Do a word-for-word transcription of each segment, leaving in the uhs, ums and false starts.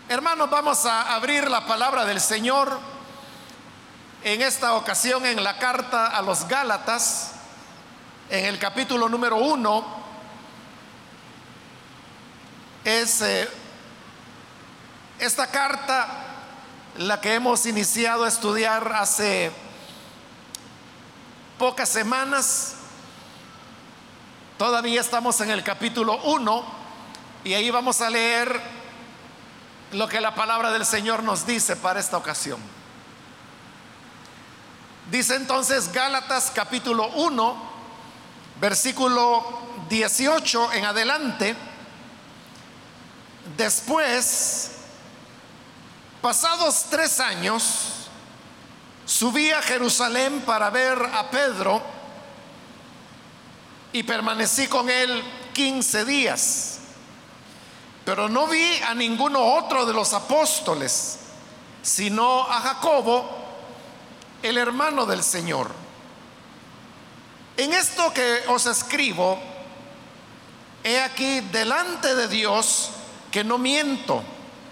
Hermanos, vamos a abrir la palabra del Señor en esta ocasión en la carta a los Gálatas, en el capítulo número uno. Es eh, esta carta la que hemos iniciado a estudiar hace pocas semanas. Todavía estamos en el capítulo uno y ahí vamos a leer lo que la palabra del Señor nos dice para esta ocasión. Dice entonces Gálatas capítulo uno, versículo dieciocho en adelante: después, pasados tres años, subí a Jerusalén para ver a Pedro y permanecí con él quince días. Pero no vi a ninguno otro de los apóstoles, sino a Jacobo, el hermano del Señor. En esto que os escribo, he aquí delante de Dios que no miento.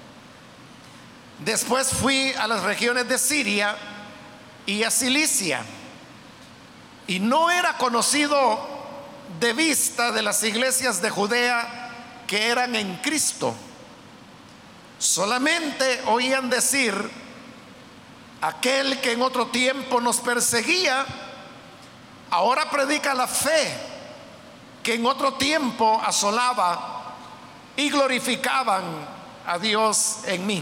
Después fui a las regiones de Siria y a Cilicia, y no era conocido de vista de las iglesias de Judea que eran en Cristo. Solamente oían decir: aquel que en otro tiempo nos perseguía, ahora predica la fe que en otro tiempo asolaba, y glorificaban a Dios en mí.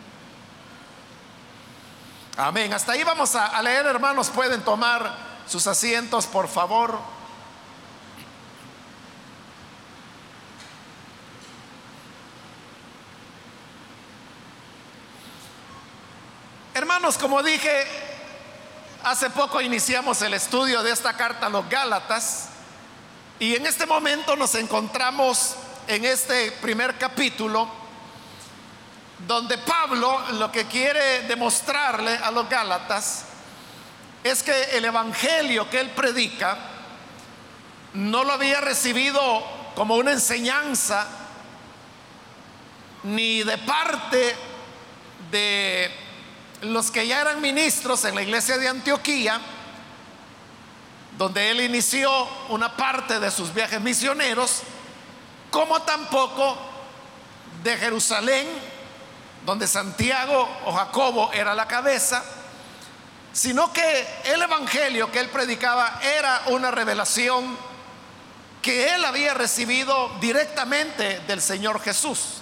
Amén. Hasta ahí vamos a, a leer, hermanos. Pueden tomar sus asientos, por favor. Hermanos, como dije, hace poco iniciamos el estudio de esta carta a los Gálatas, y en este momento nos encontramos en este primer capítulo, donde Pablo lo que quiere demostrarle a los Gálatas es que el evangelio que él predica no lo había recibido como una enseñanza ni de parte de los que ya eran ministros en la iglesia de Antioquía, donde él inició una parte de sus viajes misioneros, como tampoco de Jerusalén, donde Santiago o Jacobo era la cabeza, sino que el evangelio que él predicaba era una revelación que él había recibido directamente del Señor Jesús.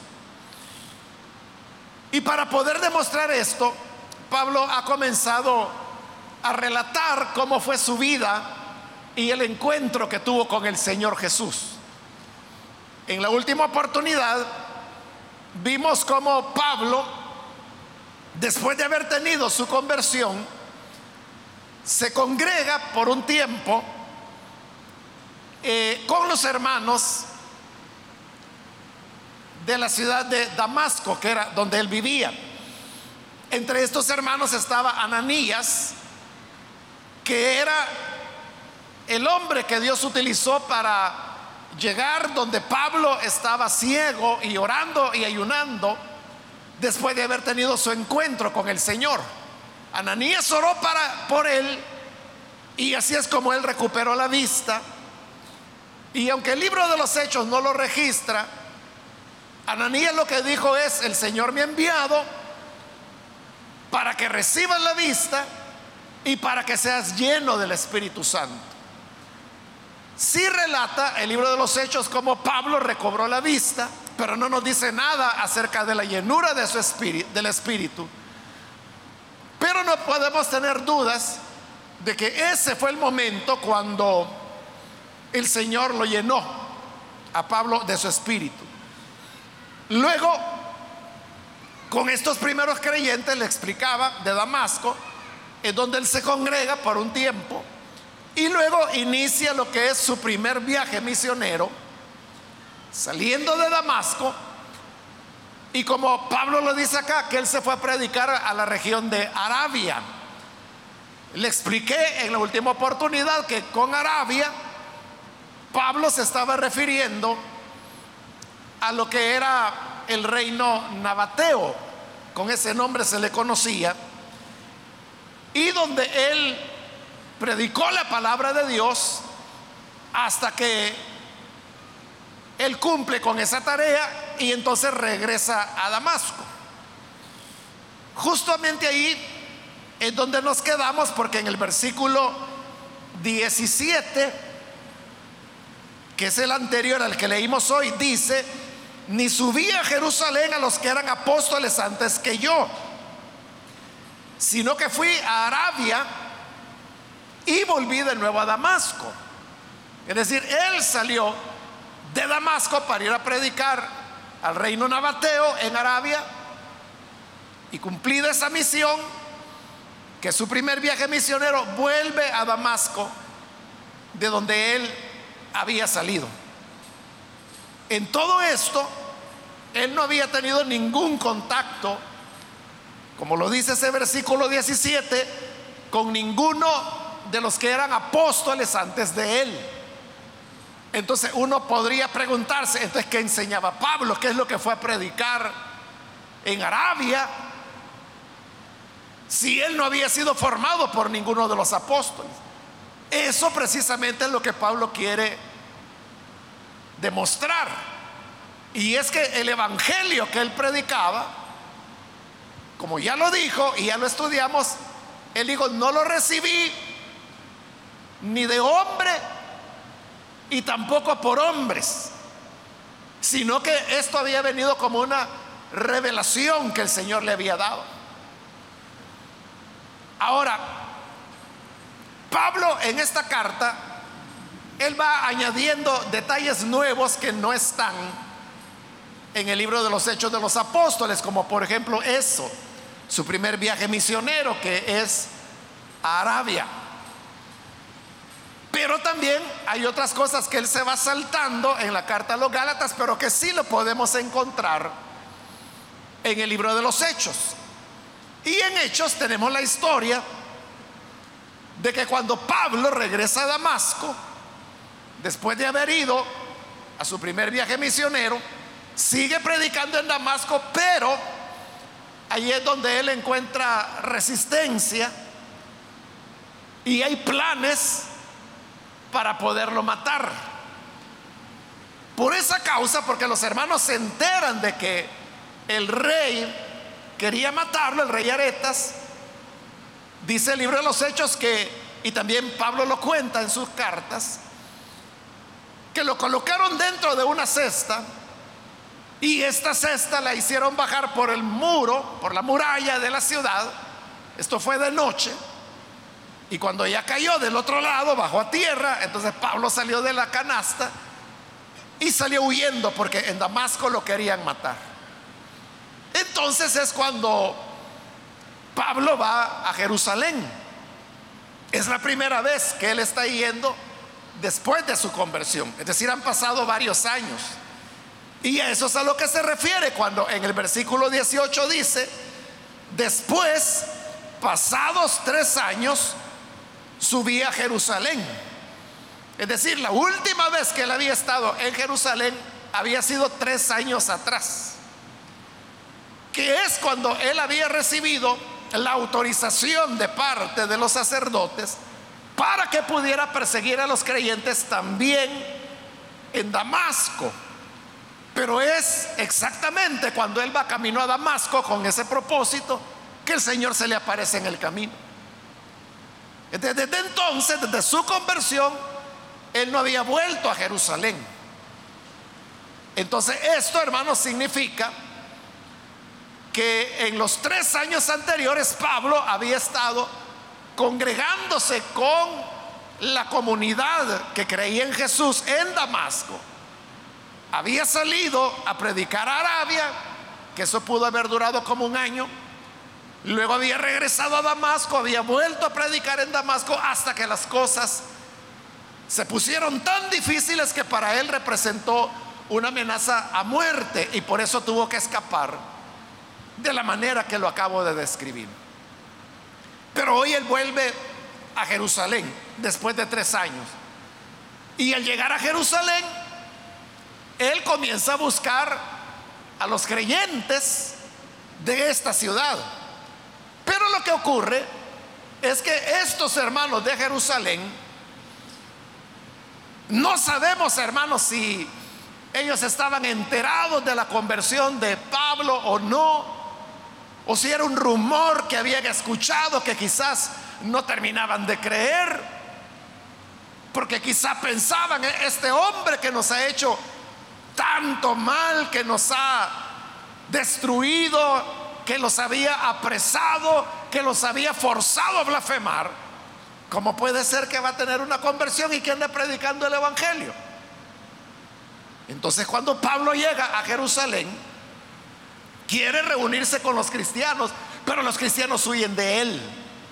Y para poder demostrar esto, Pablo ha comenzado a relatar cómo fue su vida y el encuentro que tuvo con el Señor Jesús. En la última oportunidad vimos cómo Pablo, después de haber tenido su conversión, se congrega por un tiempo eh, con los hermanos de la ciudad de Damasco, que era donde él vivía. Entre estos hermanos estaba Ananías, que era el hombre que Dios utilizó para llegar donde Pablo estaba ciego y orando y ayunando después de haber tenido su encuentro con el Señor. Ananías oró para, por él, y así es como él recuperó la vista. Y aunque el libro de los Hechos no lo registra, Ananías lo que dijo es: el Señor me ha enviado para que recibas la vista y para que seas lleno del Espíritu Santo. Sí relata el libro de los Hechos cómo Pablo recobró la vista, pero no nos dice nada acerca de la llenura de su espíritu, del Espíritu. Pero no podemos tener dudas de que ese fue el momento cuando el Señor lo llenó a Pablo de su espíritu. Luego, con estos primeros creyentes, le explicaba, de Damasco, es donde él se congrega por un tiempo, y luego inicia lo que es su primer viaje misionero, saliendo de Damasco. Y como Pablo lo dice acá, que él se fue a predicar a la región de Arabia. Le expliqué en la última oportunidad que con Arabia Pablo se estaba refiriendo a lo que era el reino nabateo, con ese nombre se le conocía, y donde él predicó la palabra de Dios hasta que él cumple con esa tarea y entonces regresa a Damasco. Justamente ahí es donde nos quedamos, porque en el versículo diecisiete, que es el anterior al que leímos hoy, dice: ni subí a Jerusalén a los que eran apóstoles antes que yo, sino que fui a Arabia y volví de nuevo a Damasco. Es decir, él salió de Damasco para ir a predicar al reino nabateo en Arabia, y cumplida esa misión, que es su primer viaje misionero, vuelve a Damasco, de donde él había salido. En todo esto, él no había tenido ningún contacto, como lo dice ese versículo diecisiete, con ninguno de los que eran apóstoles antes de él. Entonces uno podría preguntarse, entonces, ¿qué enseñaba Pablo? ¿Qué es lo que fue a predicar en Arabia, si él no había sido formado por ninguno de los apóstoles? Eso precisamente es lo que Pablo quiere demostrar. Y es que el evangelio que él predicaba, como ya lo dijo y ya lo estudiamos, él dijo: no lo recibí ni de hombre y tampoco por hombres, sino que esto había venido como una revelación que el Señor le había dado. Ahora, Pablo en esta carta, él va añadiendo detalles nuevos que no están en el libro de los Hechos de los Apóstoles, como por ejemplo eso, su primer viaje misionero, que es a Arabia. Pero también hay otras cosas que él se va saltando en la carta a los Gálatas, pero que sí lo podemos encontrar en el libro de los Hechos. Y en Hechos tenemos la historia de que cuando Pablo regresa a Damasco, después de haber ido a su primer viaje misionero, sigue predicando en Damasco, pero ahí es donde él encuentra resistencia y hay planes para poderlo matar. Por esa causa, porque los hermanos se enteran de que el rey quería matarlo, el rey Aretas, dice el libro de los Hechos que, y también Pablo lo cuenta en sus cartas, que lo colocaron dentro de una cesta, y esta cesta la hicieron bajar por el muro, por la muralla de la ciudad. Esto fue de noche, y cuando ya cayó del otro lado, bajó a tierra. Entonces Pablo salió de la canasta y salió huyendo, porque en Damasco lo querían matar. Entonces es cuando Pablo va a Jerusalén. Es la primera vez que él está yendo después de su conversión, es decir, han pasado varios años. Y a eso es a lo que se refiere cuando en el versículo dieciocho dice: después, pasados tres años, subí a Jerusalén. Es decir, la última vez que él había estado en Jerusalén había sido tres años atrás, que es cuando él había recibido la autorización de parte de los sacerdotes para que pudiera perseguir a los creyentes también en Damasco. Pero es exactamente cuando él va camino a Damasco con ese propósito que el Señor se le aparece en el camino. Desde entonces, desde su conversión, él no había vuelto a Jerusalén. Entonces esto, hermanos, significa que en los tres años anteriores Pablo había estado congregándose con la comunidad que creía en Jesús en Damasco. Había salido a predicar a Arabia, que eso pudo haber durado como un año. Luego había regresado a Damasco, había vuelto a predicar en Damasco, hasta que las cosas se pusieron tan difíciles que para él representó una amenaza a muerte, y por eso tuvo que escapar de la manera que lo acabo de describir. Pero hoy él vuelve a Jerusalén después de tres años, y al llegar a Jerusalén él comienza a buscar a los creyentes de esta ciudad. Pero lo que ocurre es que estos hermanos de Jerusalén, no sabemos, hermanos, si ellos estaban enterados de la conversión de Pablo o no, o si era un rumor que habían escuchado que quizás no terminaban de creer, porque quizás pensaban: este hombre que nos ha hecho tanto mal, que nos ha destruido, que los había apresado, que los había forzado a blasfemar, ¿cómo puede ser que va a tener una conversión y que ande predicando el evangelio? Entonces, cuando Pablo llega a Jerusalén, quiere reunirse con los cristianos, pero los cristianos huyen de él,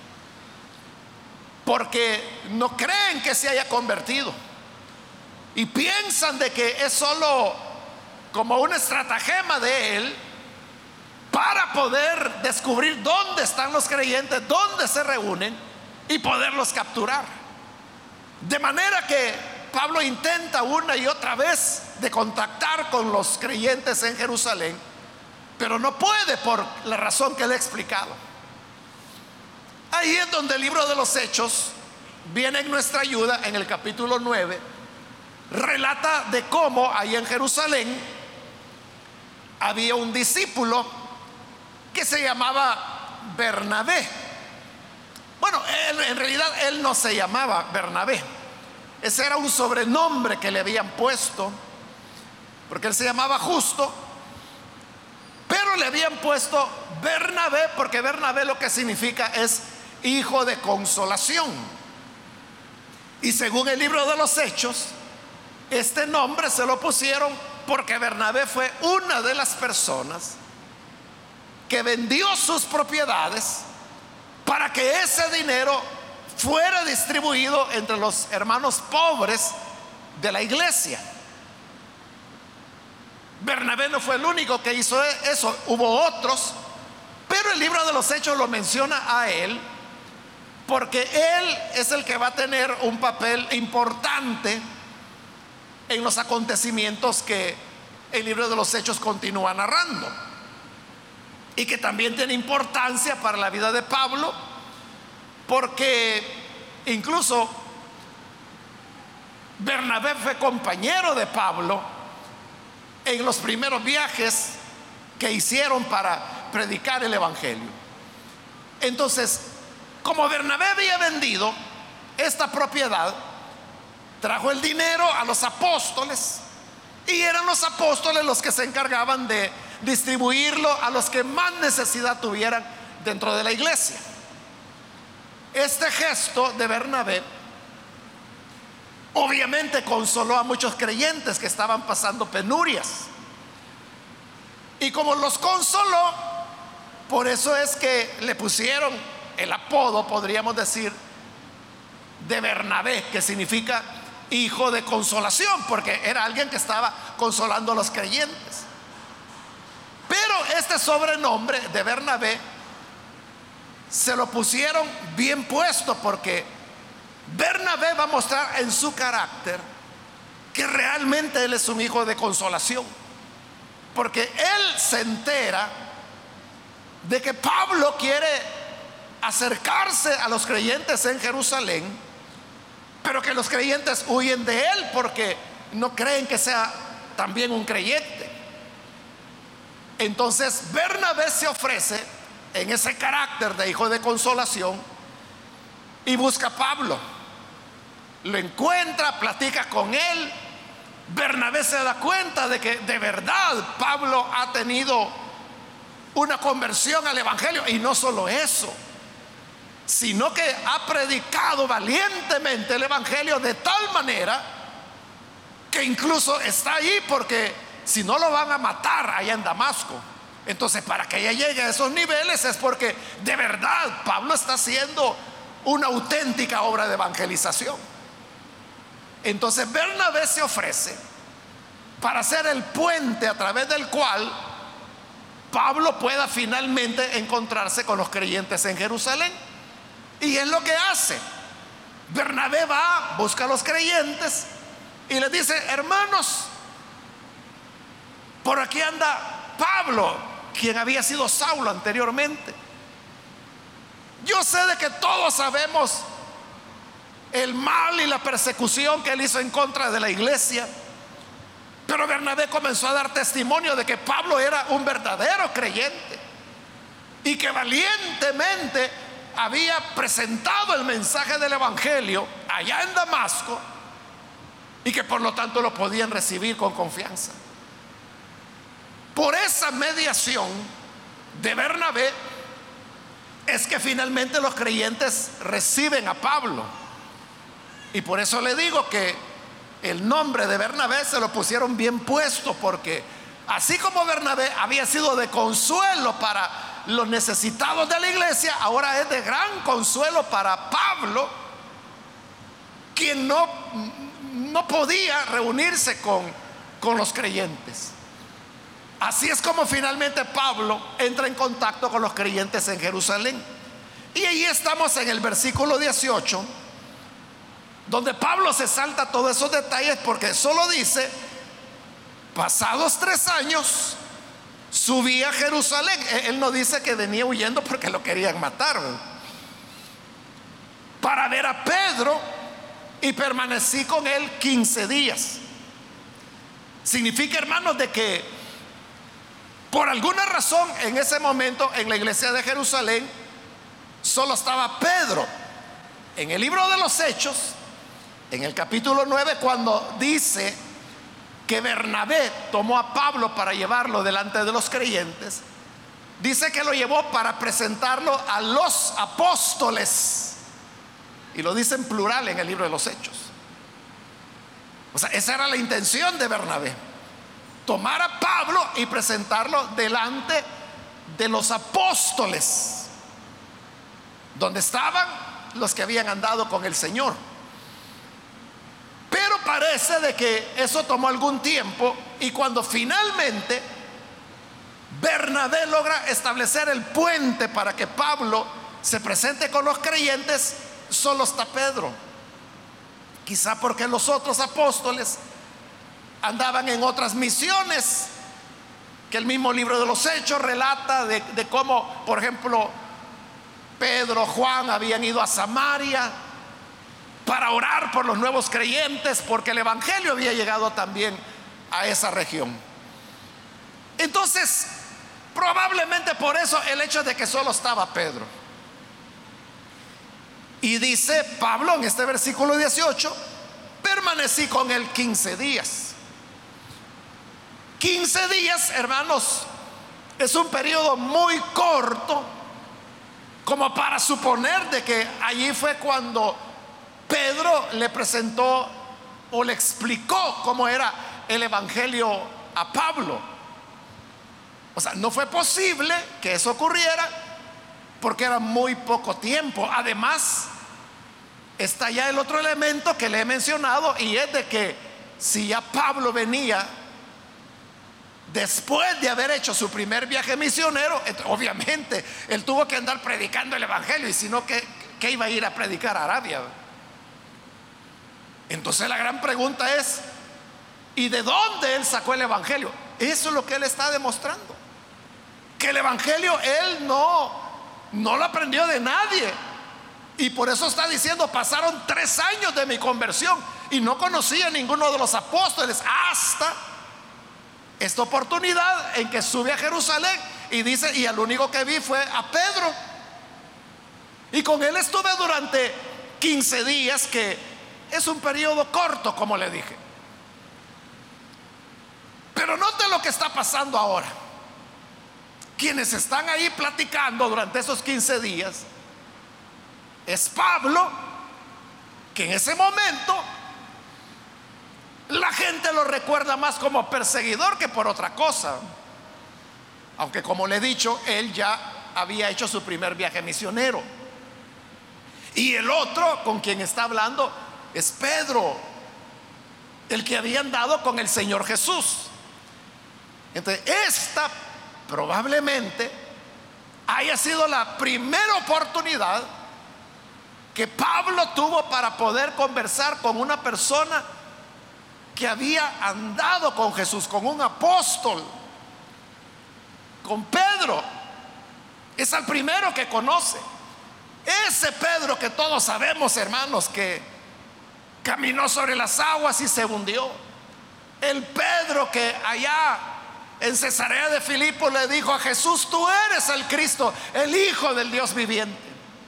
porque no creen que se haya convertido y piensan de que es solo como una estratagema de él para poder descubrir dónde están los creyentes, dónde se reúnen y poderlos capturar. De manera que Pablo intenta una y otra vez de contactar con los creyentes en Jerusalén, pero no puede, por la razón que le he explicado. Ahí es donde el libro de los Hechos viene en nuestra ayuda. En el capítulo nueve relata de cómo ahí en Jerusalén había un discípulo que se llamaba Bernabé. Bueno, él, en realidad él no se llamaba Bernabé, ese era un sobrenombre que le habían puesto, porque él se llamaba Justo, pero le habían puesto Bernabé porque Bernabé lo que significa es hijo de consolación. Y según el libro de los Hechos, este nombre se lo pusieron porque Bernabé fue una de las personas que vendió sus propiedades para que ese dinero fuera distribuido entre los hermanos pobres de la iglesia. Bernabé no fue el único que hizo eso, hubo otros, pero el libro de los Hechos lo menciona a él porque él es el que va a tener un papel importante en los acontecimientos que el libro de los Hechos continúa narrando, y que también tiene importancia para la vida de Pablo, porque incluso Bernabé fue compañero de Pablo en los primeros viajes que hicieron para predicar el evangelio. Entonces, como Bernabé había vendido esta propiedad, trajo el dinero a los apóstoles, y eran los apóstoles los que se encargaban de distribuirlo a los que más necesidad tuvieran dentro de la iglesia. Este gesto de Bernabé obviamente consoló a muchos creyentes que estaban pasando penurias, y como los consoló, por eso es que le pusieron el apodo, podríamos decir, de Bernabé, que significa hijo de consolación, porque era alguien que estaba consolando a los creyentes. Pero este sobrenombre de Bernabé se lo pusieron bien puesto, porque Bernabé va a mostrar en su carácter que realmente él es un hijo de consolación, porque él se entera de que Pablo quiere acercarse a los creyentes en Jerusalén, pero que los creyentes huyen de él porque no creen que sea también un creyente. Entonces Bernabé se ofrece en ese carácter de hijo de consolación y busca a Pablo, lo encuentra, platica con él. Bernabé se da cuenta de que de verdad Pablo ha tenido una conversión al evangelio, y no solo eso, sino que ha predicado valientemente el evangelio de tal manera que incluso está allí, porque si no lo van a matar allá en Damasco. Entonces, para que ella llegue a esos niveles es porque de verdad Pablo está haciendo una auténtica obra de evangelización. Entonces Bernabé se ofrece para ser el puente a través del cual Pablo pueda finalmente encontrarse con los creyentes en Jerusalén. Y es lo que hace. Bernabé va, busca a los creyentes y les dice: hermanos, por aquí anda Pablo, quien había sido Saulo anteriormente. Yo sé de que todos sabemos el mal y la persecución que él hizo en contra de la iglesia, pero Bernabé comenzó a dar testimonio de que Pablo era un verdadero creyente y que valientemente había presentado el mensaje del evangelio allá en Damasco, y que por lo tanto lo podían recibir con confianza. Por esa mediación de Bernabé es que finalmente los creyentes reciben a Pablo. Y por eso le digo que el nombre de Bernabé se lo pusieron bien puesto, porque así como Bernabé había sido de consuelo para los necesitados de la iglesia, ahora es de gran consuelo para Pablo, quien no, no podía reunirse con, con los creyentes. Así es como finalmente Pablo entra en contacto con los creyentes en Jerusalén. Y ahí estamos en el versículo dieciocho, donde Pablo se salta todos esos detalles, porque solo dice: pasados tres años subí a Jerusalén. Él no dice que venía huyendo porque lo querían matar, para ver a Pedro, y permanecí con él quince días. Significa, hermanos, de que por alguna razón en ese momento en la iglesia de Jerusalén solo estaba Pedro. En el libro de los Hechos, en el capítulo nueve, cuando dice que Bernabé tomó a Pablo para llevarlo delante de los creyentes, dice que lo llevó para presentarlo a los apóstoles, y lo dice en plural en el libro de los Hechos. O sea, esa era la intención de Bernabé: tomar a Pablo y presentarlo delante de los apóstoles, donde estaban los que habían andado con el Señor. Pero parece de que eso tomó algún tiempo, y cuando finalmente Bernabé logra establecer el puente para que Pablo se presente con los creyentes, solo está Pedro. Quizá porque los otros apóstoles andaban en otras misiones, que el mismo libro de los Hechos relata de, de cómo, por ejemplo, Pedro, Juan habían ido a Samaria para orar por los nuevos creyentes, porque el evangelio había llegado también a esa región. Entonces, probablemente por eso el hecho de que solo estaba Pedro. Y dice Pablo en este versículo dieciocho: permanecí con él quince días. quince días, hermanos, es un periodo muy corto como para suponer de que allí fue cuando Pedro le presentó o le explicó cómo era el evangelio a Pablo. O sea, no fue posible que eso ocurriera, porque era muy poco tiempo. Además, está ya el otro elemento que le he mencionado, y es de que si ya Pablo venía después de haber hecho su primer viaje misionero, obviamente él tuvo que andar predicando el evangelio, y si no, ¿qué, qué iba a ir a predicar a Arabia? Entonces la gran pregunta es: ¿y de dónde él sacó el evangelio? Eso es lo que él está demostrando, que el evangelio él no, no lo aprendió de nadie. Y por eso está diciendo: pasaron tres años de mi conversión y no conocí a ninguno de los apóstoles hasta esta oportunidad en que sube a Jerusalén. Y dice: y al único que vi fue a Pedro, y con él estuve durante quince días, que es un periodo corto, como le dije. Pero note lo que está pasando ahora. Quienes están ahí platicando durante esos quince días es Pablo, que en ese momento la gente lo recuerda más como perseguidor que por otra cosa, aunque, como le he dicho, él ya había hecho su primer viaje misionero. Y el otro con quien está hablando es Pedro, el que había andado con el Señor Jesús. Entonces, esta probablemente haya sido la primera oportunidad que Pablo tuvo para poder conversar con una persona que había andado con Jesús, con un apóstol. con Pedro. Es al primero que conoce. Ese Pedro que todos sabemos, hermanos, que caminó sobre las aguas y se hundió. El Pedro que allá en Cesarea de Filipo le dijo a Jesús: tú eres el Cristo, el Hijo del Dios viviente.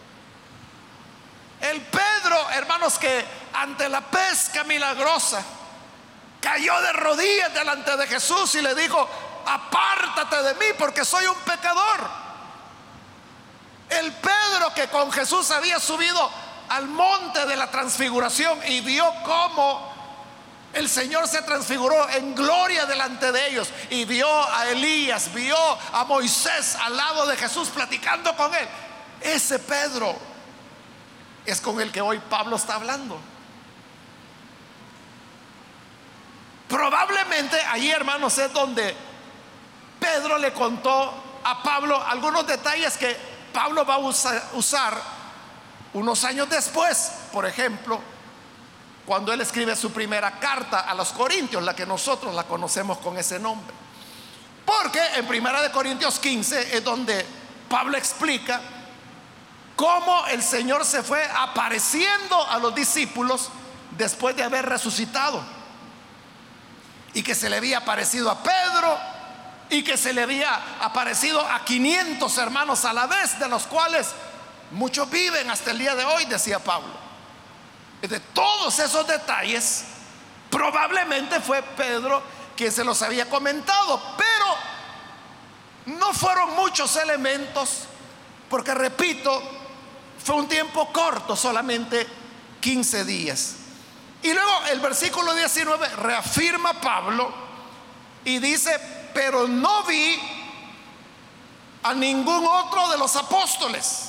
El Pedro, hermanos, que ante la pesca milagrosa cayó de rodillas delante de Jesús y le dijo: apártate de mí porque soy un pecador. El Pedro que con Jesús había subido al monte de la transfiguración y vio cómo el Señor se transfiguró en gloria delante de ellos, y vio a Elías, vio a Moisés al lado de Jesús platicando con él. Ese Pedro es con el que hoy Pablo está hablando. Probablemente allí, hermanos, es donde Pedro le contó a Pablo algunos detalles que Pablo va a usar, usar unos años después. Por ejemplo, cuando él escribe su primera carta a los Corintios, la que nosotros la conocemos con ese nombre. Porque en primera de Corintios quince es donde Pablo explica cómo el Señor se fue apareciendo a los discípulos después de haber resucitado, y que se le había aparecido a Pedro, y que se le había aparecido a quinientos hermanos a la vez, de los cuales muchos viven hasta el día de hoy, decía Pablo. De todos esos detalles, probablemente fue Pedro quien se los había comentado, pero no fueron muchos elementos, porque repito, fue un tiempo corto, solamente quince días. Y luego el versículo diecinueve reafirma Pablo y dice: pero no vi a ningún otro de los apóstoles.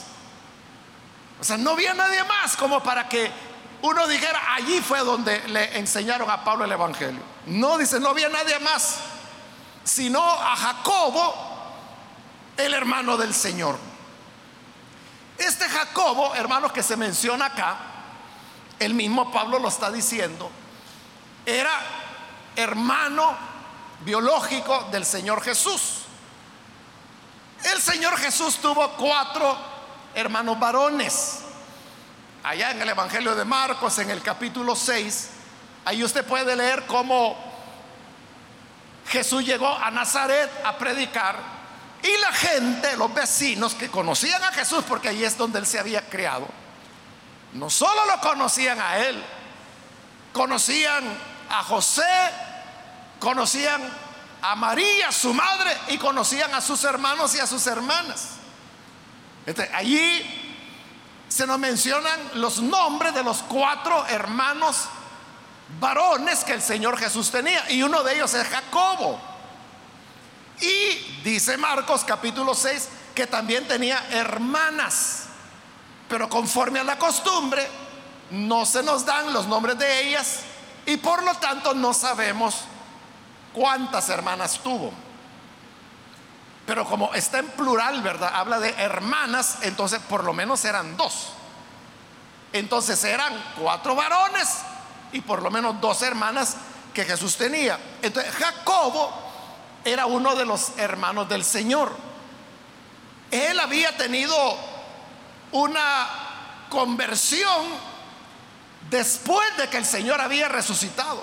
O sea, no vi a nadie más como para que uno dijera: allí fue donde le enseñaron a Pablo el evangelio. No, dice, no había nadie más, sino a Jacobo, el hermano del Señor. Este Jacobo, hermanos, que se menciona acá, el mismo Pablo lo está diciendo, era hermano biológico del Señor Jesús. El Señor Jesús tuvo cuatro hermanos varones. Allá en el Evangelio de Marcos, en el capítulo seis, ahí usted puede leer cómo Jesús llegó a Nazaret a predicar, y la gente, los vecinos que conocían a Jesús, porque ahí es donde él se había criado, no solo lo conocían a él, conocían a José, conocían a María, su madre, y conocían a sus hermanos y a sus hermanas. Entonces, allí se nos mencionan los nombres de los cuatro hermanos varones que el Señor Jesús tenía, y uno de ellos es Jacobo. Y dice Marcos capítulo seis que también tenía hermanas, pero conforme a la costumbre no se nos dan los nombres de ellas, y por lo tanto no sabemos cuántas hermanas tuvo. Pero como está en plural, ¿verdad? Habla de hermanas, entonces por lo menos eran dos. Entonces eran cuatro varones y por lo menos dos hermanas que Jesús tenía. Entonces Jacobo era uno de los hermanos del Señor. Él había tenido una conversión después de que el Señor había resucitado.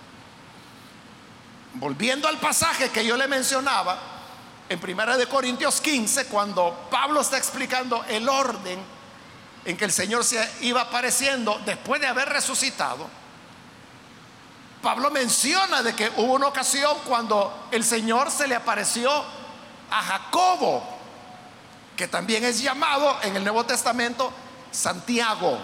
Volviendo al pasaje que yo le mencionaba en primera de Corintios quince, cuando Pablo está explicando el orden en que el Señor se iba apareciendo después de haber resucitado, Pablo menciona de que hubo una ocasión cuando el Señor se le apareció a Jacobo, que también es llamado en el Nuevo Testamento Santiago.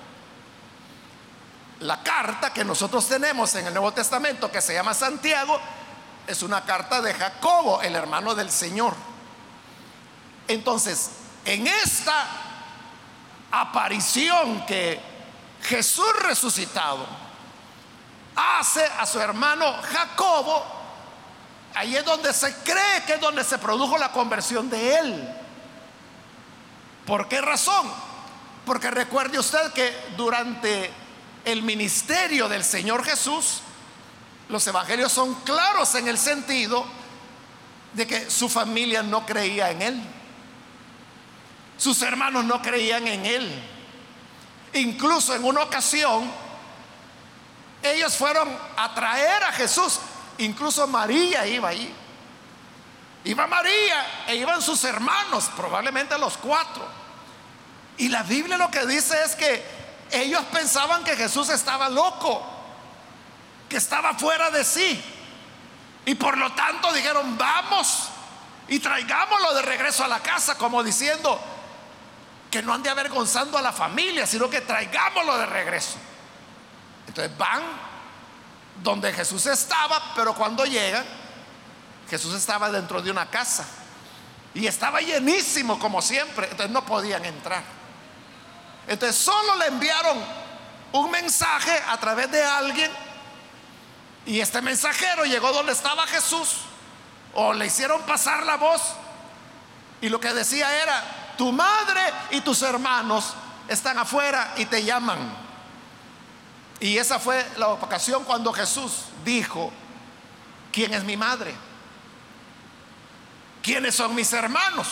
La carta que nosotros tenemos en el Nuevo Testamento, que se llama Santiago, es una carta de Jacobo, el hermano del Señor. Entonces, en esta aparición que Jesús resucitado hace a su hermano Jacobo, ahí es donde se cree que es donde se produjo la conversión de él. ¿Por qué razón? Porque recuerde usted que durante el ministerio del Señor Jesús, los evangelios son claros en el sentido de que su familia no creía en él. Sus hermanos no creían en él. Incluso en una ocasión, ellos fueron a traer a Jesús. Incluso María iba ahí. Iba María e iban sus hermanos, probablemente los cuatro. Y la Biblia lo que dice es que ellos pensaban que Jesús estaba loco, que estaba fuera de sí. Y por lo tanto dijeron: vamos y traigámoslo de regreso a la casa, como diciendo que no ande avergonzando a la familia, sino que traigámoslo de regreso. Entonces van donde Jesús estaba, pero cuando llegan, Jesús estaba dentro de una casa y estaba llenísimo como siempre, entonces no podían entrar. Entonces solo le enviaron un mensaje a través de alguien, y este mensajero llegó donde estaba Jesús, o le hicieron pasar la voz, y lo que decía era: tu madre y tus hermanos están afuera y te llaman. Y esa fue la ocasión cuando Jesús dijo: ¿quién es mi madre? ¿Quiénes son mis hermanos?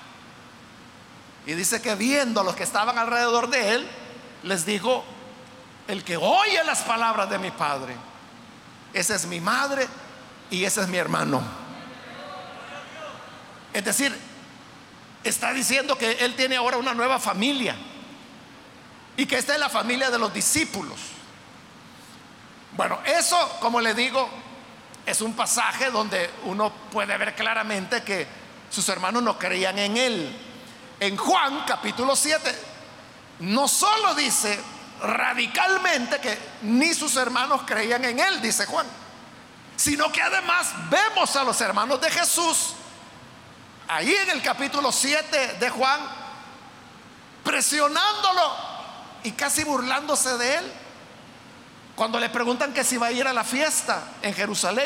Y dice que viendo a los que estaban alrededor de él, les dijo: el que oye las palabras de mi Padre, esa es mi madre y ese es mi hermano. Es decir, está diciendo que él tiene ahora una nueva familia, y que esta es la familia de los discípulos. Bueno, eso, como le digo, es un pasaje donde uno puede ver claramente que sus hermanos no creían en él. En Juan capítulo siete no solo dice radicalmente que ni sus hermanos creían en él, dice Juan, sino que además vemos a los hermanos de Jesús ahí en el capítulo siete de Juan presionándolo y casi burlándose de él cuando le preguntan que si va a ir a la fiesta en Jerusalén,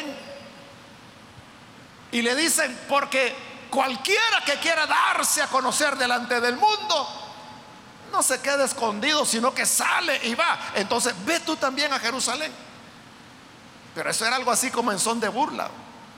y le dicen: porque cualquiera que quiera darse a conocer delante del mundo no se queda escondido, sino que sale y va. Entonces ve tú también a Jerusalén. Pero eso era algo así como en son de burla.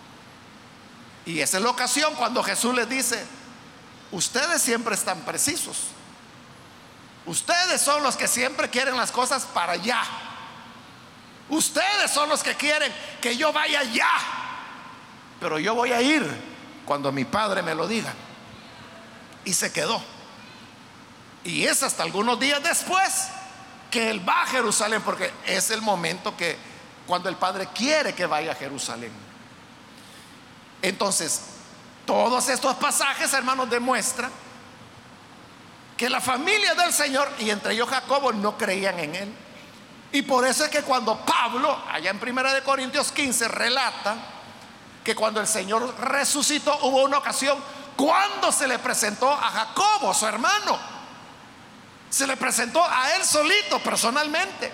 Y esa es la ocasión cuando Jesús les dice: ustedes siempre están precisos, ustedes son los que siempre quieren las cosas para allá, ustedes son los que quieren que yo vaya allá, pero yo voy a ir cuando mi Padre me lo diga. Y se quedó. Y es hasta algunos días después que él va a Jerusalén, porque es el momento que cuando el Padre quiere que vaya a Jerusalén. Entonces, todos estos pasajes, hermanos, demuestran que la familia del Señor, y entre ellos Jacobo, no creían en él. Y por eso es que cuando Pablo, allá en primera de Corintios quince, relata que cuando el Señor resucitó, hubo una ocasión cuando se le presentó a Jacobo, su hermano. Se le presentó a él solito, personalmente.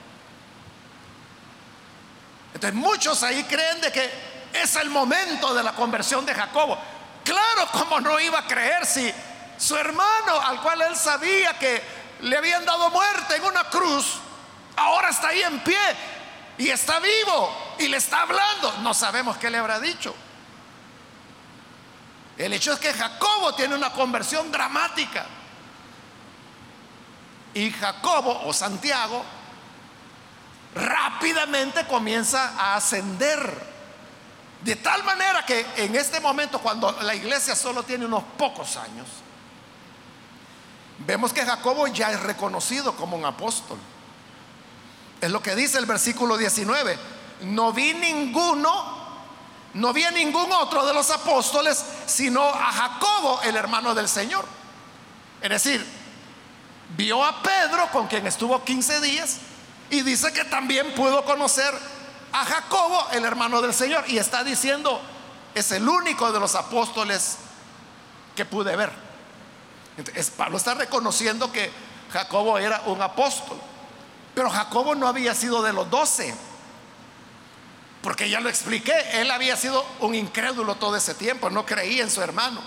Entonces muchos ahí creen de que es el momento de la conversión de Jacobo. Claro, como no iba a creer si su hermano, al cual él sabía que le habían dado muerte en una cruz, ahora está ahí en pie y está vivo y le está hablando. No sabemos qué le habrá dicho. El hecho es que Jacobo tiene una conversión dramática. Y Jacobo, o Santiago, rápidamente comienza a ascender, de tal manera que en este momento, cuando la iglesia solo tiene unos pocos años, vemos que Jacobo ya es reconocido como un apóstol. Es lo que dice el versículo diecinueve: no vi ninguno, no vi a ningún otro de los apóstoles sino a Jacobo, el hermano del Señor. Es decir, vio a Pedro, con quien estuvo quince días, y dice que también pudo conocer a Jacobo, el hermano del Señor. Y está diciendo: es el único de los apóstoles que pude ver. Entonces, Pablo está reconociendo que Jacobo era un apóstol. Pero Jacobo no había sido de los doce, porque ya lo expliqué, él había sido un incrédulo todo ese tiempo, no creía en su hermano.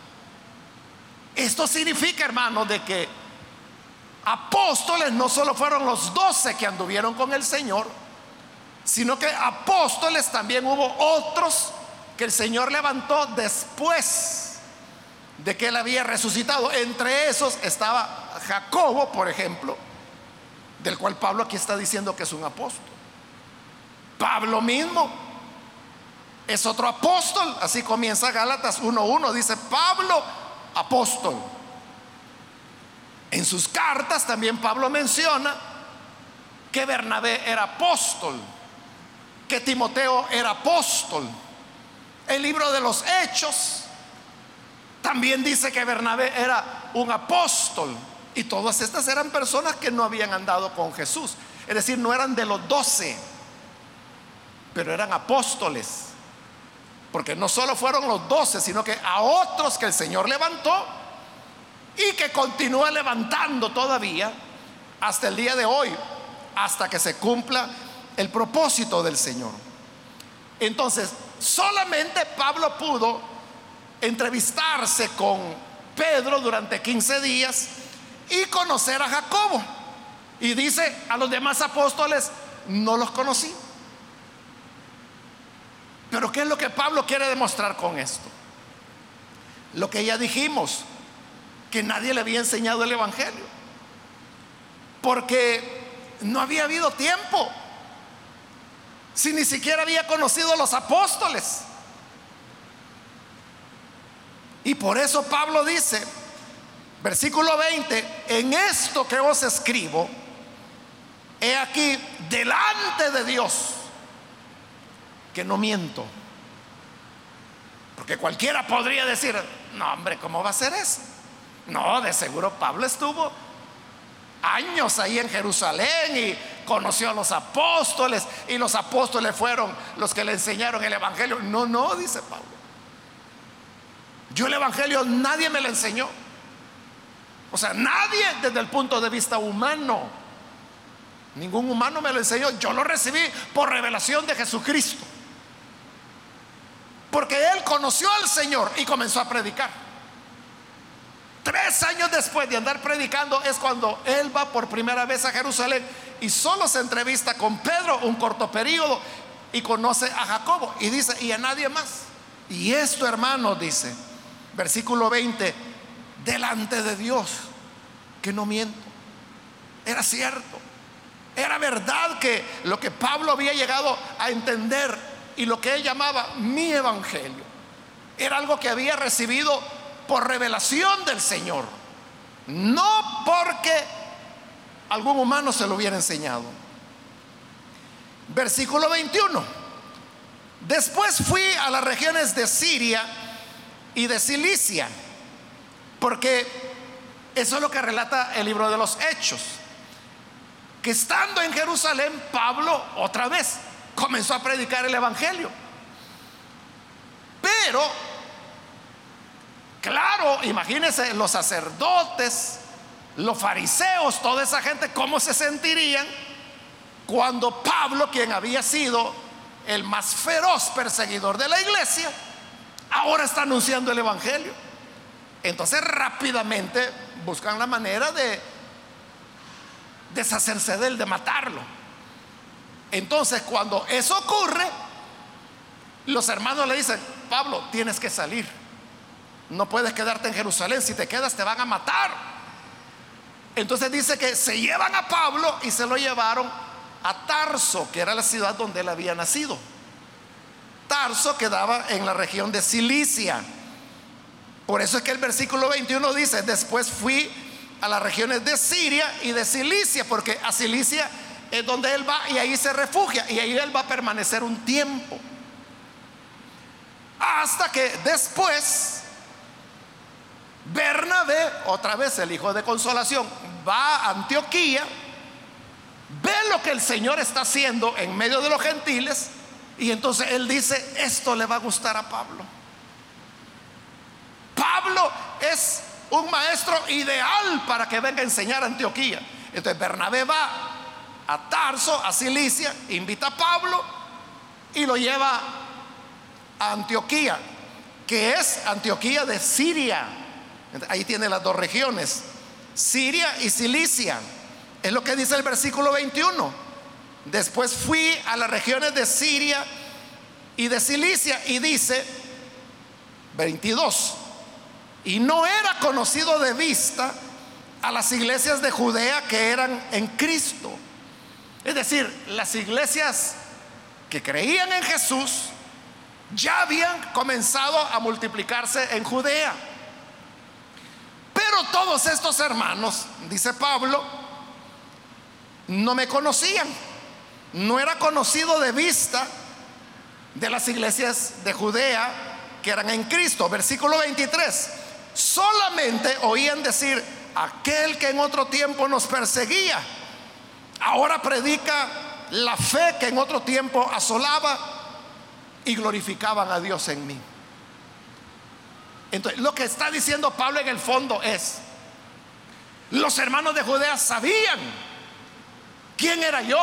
Esto significa, hermano, de que apóstoles no solo fueron los doce que anduvieron con el Señor, sino que apóstoles también hubo otros que el Señor levantó después de que él había resucitado. Entre esos estaba Jacobo, por ejemplo, del cual Pablo aquí está diciendo que es un apóstol. Pablo mismo es otro apóstol. Así comienza Gálatas uno uno, dice Pablo, apóstol. En sus cartas también Pablo menciona que Bernabé era apóstol, que Timoteo era apóstol. El libro de los Hechos también dice que Bernabé era un apóstol. Y todas estas eran personas que no habían andado con Jesús, es decir, no eran de los doce, pero eran apóstoles, porque no solo fueron los doce, sino que a otros que el Señor levantó y que continúa levantando todavía hasta el día de hoy, hasta que se cumpla el propósito del Señor. Entonces, solamente Pablo pudo entrevistarse con Pedro durante quince días y conocer a Jacobo. Y dice, a los demás apóstoles no los conocí. Pero ¿qué es lo que Pablo quiere demostrar con esto? Lo que ya dijimos, que nadie le había enseñado el evangelio, porque no había habido tiempo. Si ni siquiera había conocido a los apóstoles. Y por eso Pablo dice, versículo veinte, en esto que os escribo, he aquí delante de Dios que no miento. Porque cualquiera podría decir, no hombre, ¿cómo va a ser eso? No, de seguro Pablo estuvo años ahí en Jerusalén y conoció a los apóstoles, y los apóstoles fueron los que le enseñaron el evangelio. No, no, dice Pablo, yo el evangelio nadie me lo enseñó. O sea, nadie desde el punto de vista humano, ningún humano me lo enseñó. Yo lo recibí por revelación de Jesucristo, porque él conoció al Señor y comenzó a predicar. Tres años después de andar predicando es cuando él va por primera vez a Jerusalén y solo se entrevista con Pedro un corto periodo y conoce a Jacobo y dice, y a nadie más. Y esto, hermanos, dice versículo veinte, delante de Dios que no miento. Era cierto, era verdad que lo que Pablo había llegado a entender y lo que él llamaba mi evangelio era algo que había recibido por revelación del Señor, no porque algún humano se lo hubiera enseñado. Versículo veintiuno, después fui a las regiones de Siria y de Cilicia, porque eso es lo que relata el libro de los Hechos, que estando en Jerusalén, Pablo otra vez comenzó a predicar el evangelio. Pero claro, imagínense los sacerdotes, los fariseos, toda esa gente, cómo se sentirían cuando Pablo, quien había sido el más feroz perseguidor de la iglesia, ahora está anunciando el evangelio. Entonces rápidamente buscan la manera de deshacerse de él, de matarlo. Entonces cuando eso ocurre, los hermanos le dicen, Pablo, tienes que salir, no puedes quedarte en Jerusalén, si te quedas te van a matar. Entonces dice que se llevan a Pablo y se lo llevaron a Tarso, que era la ciudad donde él había nacido. Tarso quedaba en la región de Cilicia. Por eso es que el versículo veintiuno dice, después fui a las regiones de Siria y de Cilicia, porque a Cilicia es donde él va y ahí se refugia y ahí él va a permanecer un tiempo, hasta que después Bernabé, otra vez el hijo de consolación, va a Antioquía, ve lo que el Señor está haciendo en medio de los gentiles, y entonces él dice, esto le va a gustar a Pablo. Pablo es un maestro ideal para que venga a enseñar a Antioquía. Entonces Bernabé va a Tarso, a Cilicia, invita a Pablo y lo lleva a Antioquía, que es Antioquía de Siria. Ahí tiene las dos regiones, Siria y Cilicia. Es lo que dice el versículo veintiuno. Después fui a las regiones de Siria y de Cilicia, y dice veintidós, y no era conocido de vista a las iglesias de Judea que eran en Cristo. Es decir, las iglesias que creían en Jesús ya habían comenzado a multiplicarse en Judea. Pero todos estos hermanos, dice Pablo, no me conocían. No era conocido de vista de las iglesias de Judea que eran en Cristo. Versículo veintitrés, solamente oían decir: aquel que en otro tiempo nos perseguía, ahora predica la fe que en otro tiempo asolaba, y glorificaban a Dios en mí. Entonces, lo que está diciendo Pablo en el fondo es: los hermanos de Judea sabían quién era yo,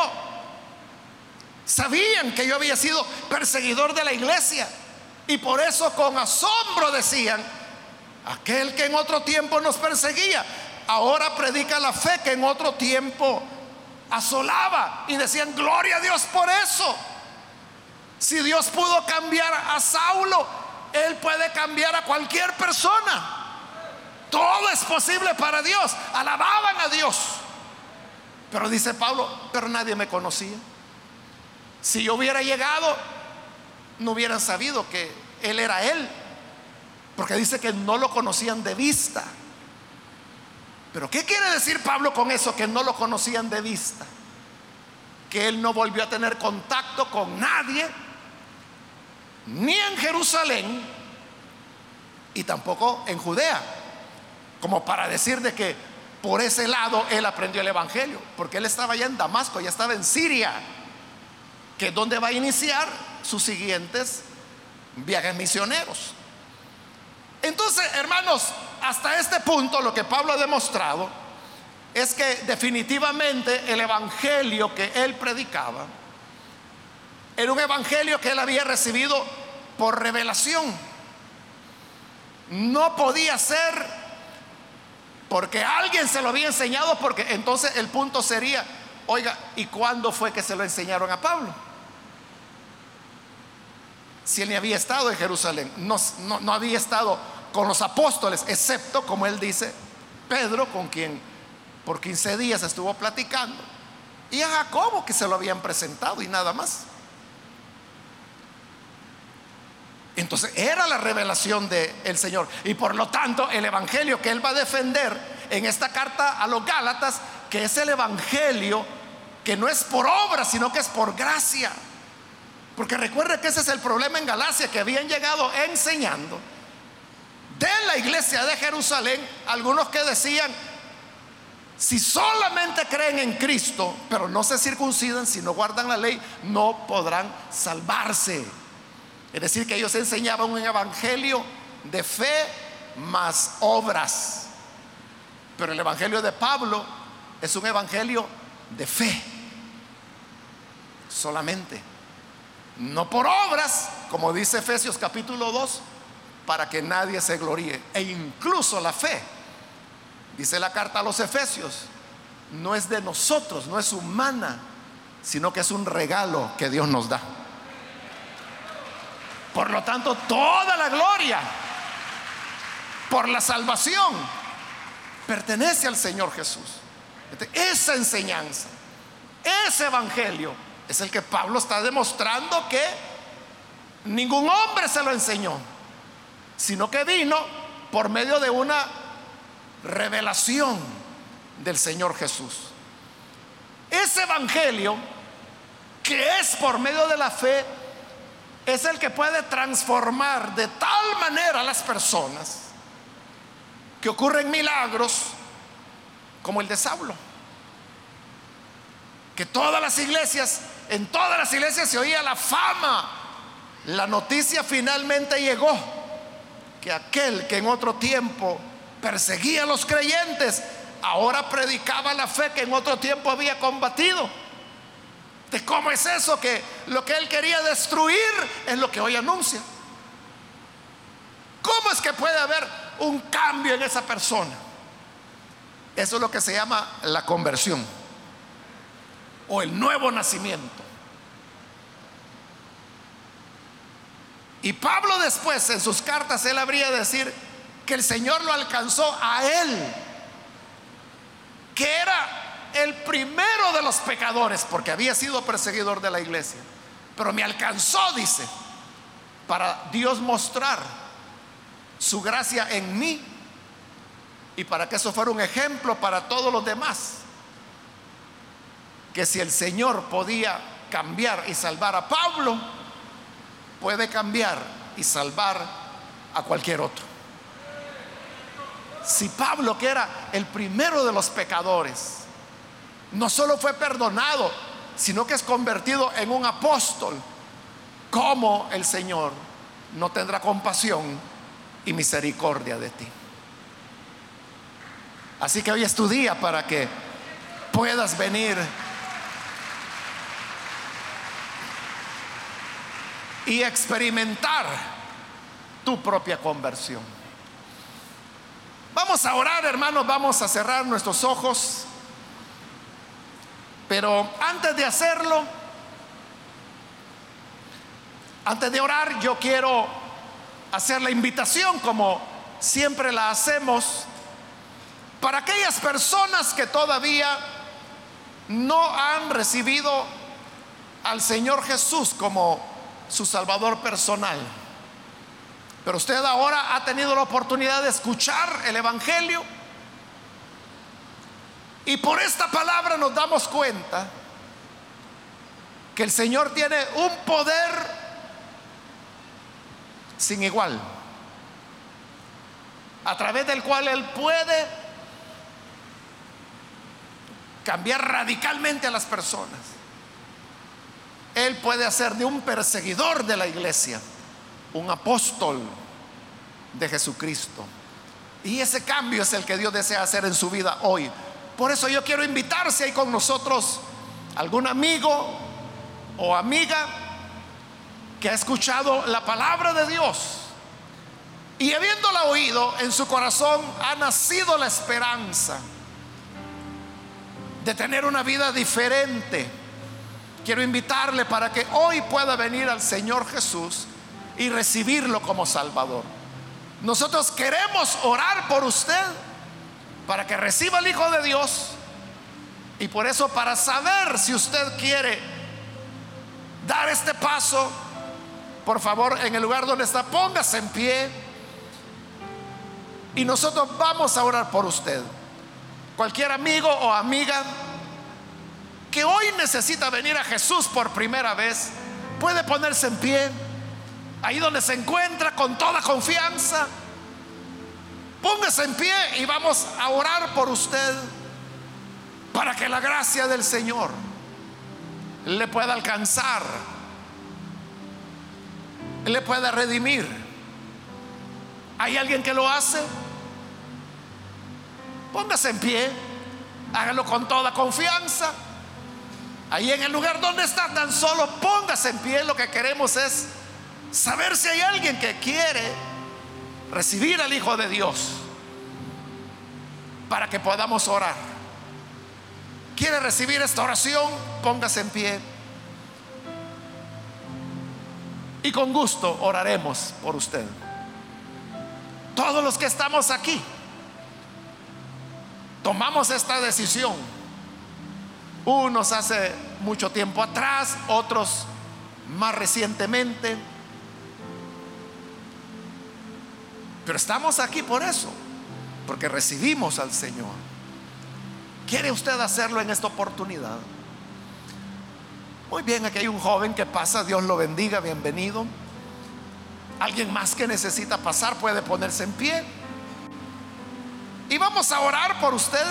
sabían que yo había sido perseguidor de la iglesia, y por eso con asombro decían: aquel que en otro tiempo nos perseguía, ahora predica la fe que en otro tiempo asolaba. Y decían: gloria a Dios por eso. Si Dios pudo cambiar a Saulo, Él puede cambiar a cualquier persona. Todo es posible para Dios. Alababan a Dios. Pero dice Pablo: pero nadie me conocía. Si yo hubiera llegado, no hubieran sabido que Él era Él, porque dice que no lo conocían de vista. Pero ¿qué quiere decir Pablo con eso? Que no lo conocían de vista, que él no volvió a tener contacto con nadie, ni en Jerusalén y tampoco en Judea, como para decir de que por ese lado él aprendió el evangelio, porque él estaba ya en Damasco, ya estaba en Siria, que es donde va a iniciar sus siguientes viajes misioneros. Entonces, hermanos, hasta este punto lo que Pablo ha demostrado es que definitivamente el evangelio que él predicaba era un evangelio que él había recibido por revelación. No podía ser porque alguien se lo había enseñado, porque entonces el punto sería: oiga, ¿y cuándo fue que se lo enseñaron a Pablo? Si él ni había estado en Jerusalén, no, no, no había estado con los apóstoles, excepto, como él dice, Pedro, con quien por quince días estuvo platicando, y a Jacobo, que se lo habían presentado, y nada más. Entonces era la revelación del Señor, y por lo tanto el evangelio que él va a defender en esta carta a los Gálatas, que es el evangelio que no es por obra, sino que es por gracia. Porque recuerde que ese es el problema en Galacia, que habían llegado enseñando de la iglesia de Jerusalén algunos que decían: si solamente creen en Cristo, pero no se circuncidan, si no guardan la ley, no podrán salvarse. Es decir, que ellos enseñaban un evangelio de fe más obras. Pero el evangelio de Pablo es un evangelio de fe solamente, no por obras, como dice Efesios capítulo dos, para que nadie se gloríe. E incluso la fe, dice la carta a los Efesios, no es de nosotros, no es humana, sino que es un regalo que Dios nos da. Por lo tanto, toda la gloria por la salvación pertenece al Señor Jesús. Esa enseñanza, ese evangelio es el que Pablo está demostrando que ningún hombre se lo enseñó, sino que vino por medio de una revelación del Señor Jesús. Ese evangelio, que es por medio de la fe, es el que puede transformar de tal manera a las personas que ocurren milagros como el de Saulo. Que todas las iglesias, en todas las iglesias se oía la fama. La noticia finalmente llegó, que aquel que en otro tiempo perseguía a los creyentes, ahora predicaba la fe que en otro tiempo había combatido. ¿De cómo es eso? Que lo que él quería destruir es lo que hoy anuncia. ¿Cómo es que puede haber un cambio en esa persona? Eso es lo que se llama la conversión o el nuevo nacimiento. Y Pablo después en sus cartas él habría de decir que el Señor lo alcanzó a él, que era el primero de los pecadores, porque había sido perseguidor de la iglesia, pero me alcanzó, dice, para Dios mostrar su gracia en mí y para que eso fuera un ejemplo para todos los demás, que si el Señor podía cambiar y salvar a Pablo, puede cambiar y salvar a cualquier otro. Si Pablo, que era el primero de los pecadores, no solo fue perdonado, sino que es convertido en un apóstol, ¿cómo el Señor no tendrá compasión y misericordia de ti? Así que hoy es tu día para que puedas venir y experimentar tu propia conversión. Vamos a orar, hermanos, vamos a cerrar nuestros ojos, pero antes de hacerlo, antes de orar, yo quiero hacer la invitación, como siempre la hacemos, para aquellas personas que todavía no han recibido al Señor Jesús como su Salvador personal. Pero usted ahora ha tenido la oportunidad de escuchar el Evangelio, y por esta palabra nos damos cuenta que el Señor tiene un poder sin igual, a través del cual Él puede cambiar radicalmente a las personas. Él puede hacer de un perseguidor de la iglesia un apóstol de Jesucristo. Y ese cambio es el que Dios desea hacer en su vida hoy. Por eso yo quiero invitar, si hay con nosotros algún amigo o amiga que ha escuchado la palabra de Dios y habiéndola oído, en su corazón ha nacido la esperanza de tener una vida diferente. Quiero invitarle para que hoy pueda venir al Señor Jesús y recibirlo como Salvador. Nosotros queremos orar por usted para que reciba al Hijo de Dios, y por eso, para saber si usted quiere dar este paso, por favor, en el lugar donde está, póngase en pie y nosotros vamos a orar por usted. Cualquier amigo o amiga que hoy necesita venir a Jesús por primera vez, puede ponerse en pie ahí donde se encuentra con toda confianza. Póngase en pie y vamos a orar por usted para que la gracia del Señor le pueda alcanzar, le pueda redimir. ¿Hay alguien que lo hace? Póngase en pie, hágalo con toda confianza. Ahí en el lugar donde está, tan solo póngase en pie. Lo que queremos es saber si hay alguien que quiere recibir al Hijo de Dios para que podamos orar. ¿Quiere recibir esta oración? Póngase en pie y con gusto oraremos por usted. Todos los que estamos aquí tomamos esta decisión, unos hace mucho tiempo atrás, otros más recientemente, pero estamos aquí por eso, porque recibimos al Señor. ¿Quiere usted hacerlo en esta oportunidad? Muy bien, aquí hay un joven que pasa, Dios lo bendiga, bienvenido. Alguien más que necesita pasar puede ponerse en pie y vamos a orar por usted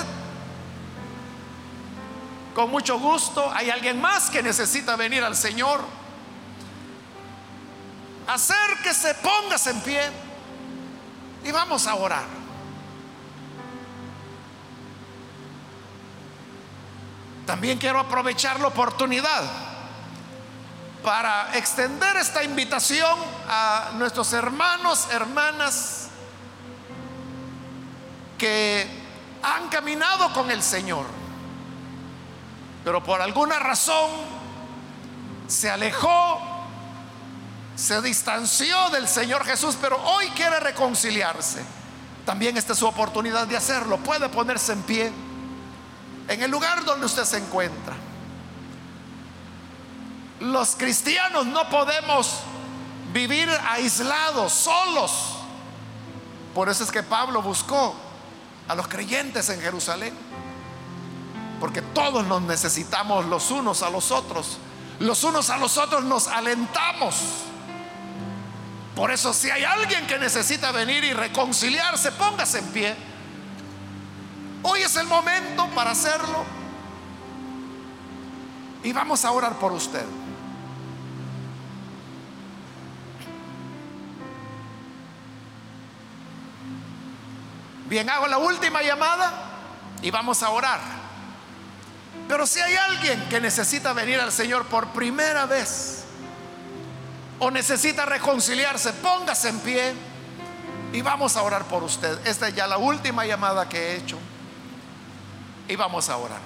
con mucho gusto. ¿Hay alguien más que necesita venir al Señor? Acérquese, póngase en pie y vamos a orar. También quiero aprovechar la oportunidad para extender esta invitación a nuestros hermanos, hermanas que han caminado con el Señor, pero por alguna razón se alejó se distanció del Señor Jesús, pero hoy quiere reconciliarse, también esta es su oportunidad de hacerlo. Puede ponerse en pie en el lugar donde usted se encuentra. Los cristianos no podemos vivir aislados, solos. Por eso es que Pablo buscó a los creyentes en Jerusalén, porque todos nos necesitamos los unos a los otros. Los unos a los otros nos alentamos. Por eso, si hay alguien que necesita venir y reconciliarse, póngase en pie. Hoy es el momento para hacerlo. Y vamos a orar por usted. Bien, hago la última llamada y vamos a orar. Pero si hay alguien que necesita venir al Señor por primera vez o necesita reconciliarse, póngase en pie y vamos a orar por usted. Esta es ya la última llamada que he hecho y vamos a orar.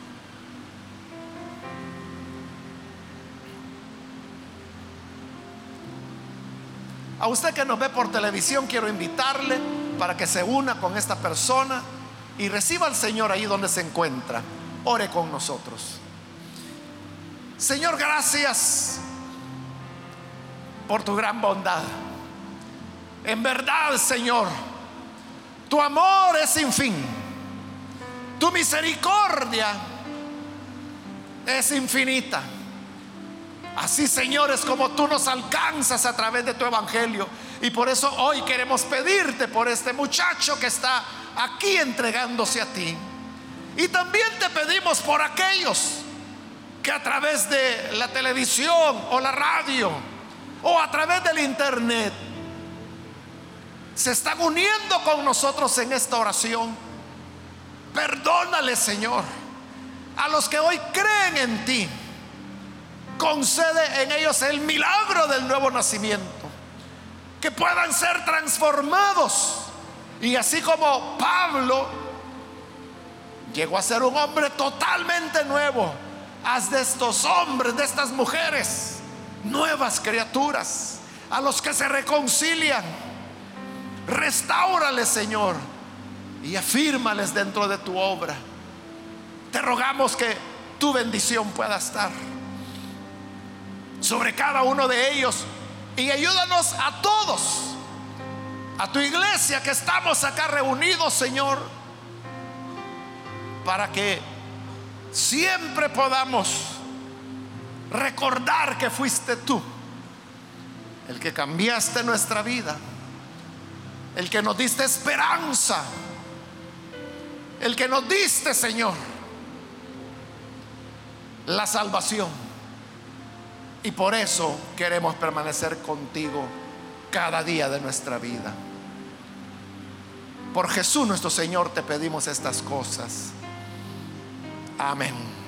A usted que nos ve por televisión, quiero invitarle para que se una con esta persona y reciba al Señor ahí donde se encuentra. Ore con nosotros. Señor, gracias por tu gran bondad. En verdad, Señor, tu amor es sin fin. Tu misericordia es infinita. Así, Señor, es como tú nos alcanzas a través de tu evangelio. Y por eso hoy queremos pedirte por este muchacho que está aquí entregándose a ti. Y también te pedimos por aquellos que a través de la televisión o la radio o a través del internet se están uniendo con nosotros en esta oración. Perdónale, Señor, a los que hoy creen en ti. Concede en ellos el milagro del nuevo nacimiento, que puedan ser transformados. Y así como Pablo llegó a ser un hombre totalmente nuevo, haz de estos hombres, de estas mujeres, nuevas criaturas, a los que se reconcilian. Restáurales, Señor, y afírmales dentro de tu obra. Te rogamos que tu bendición pueda estar sobre cada uno de ellos y ayúdanos a todos, a tu iglesia que estamos acá reunidos, Señor, para que siempre podamos recordar que fuiste tú el que cambiaste nuestra vida, el que nos diste esperanza, el que nos diste, Señor, la salvación. Y por eso queremos permanecer contigo cada día de nuestra vida. Por Jesús nuestro Señor te pedimos estas cosas. Amén.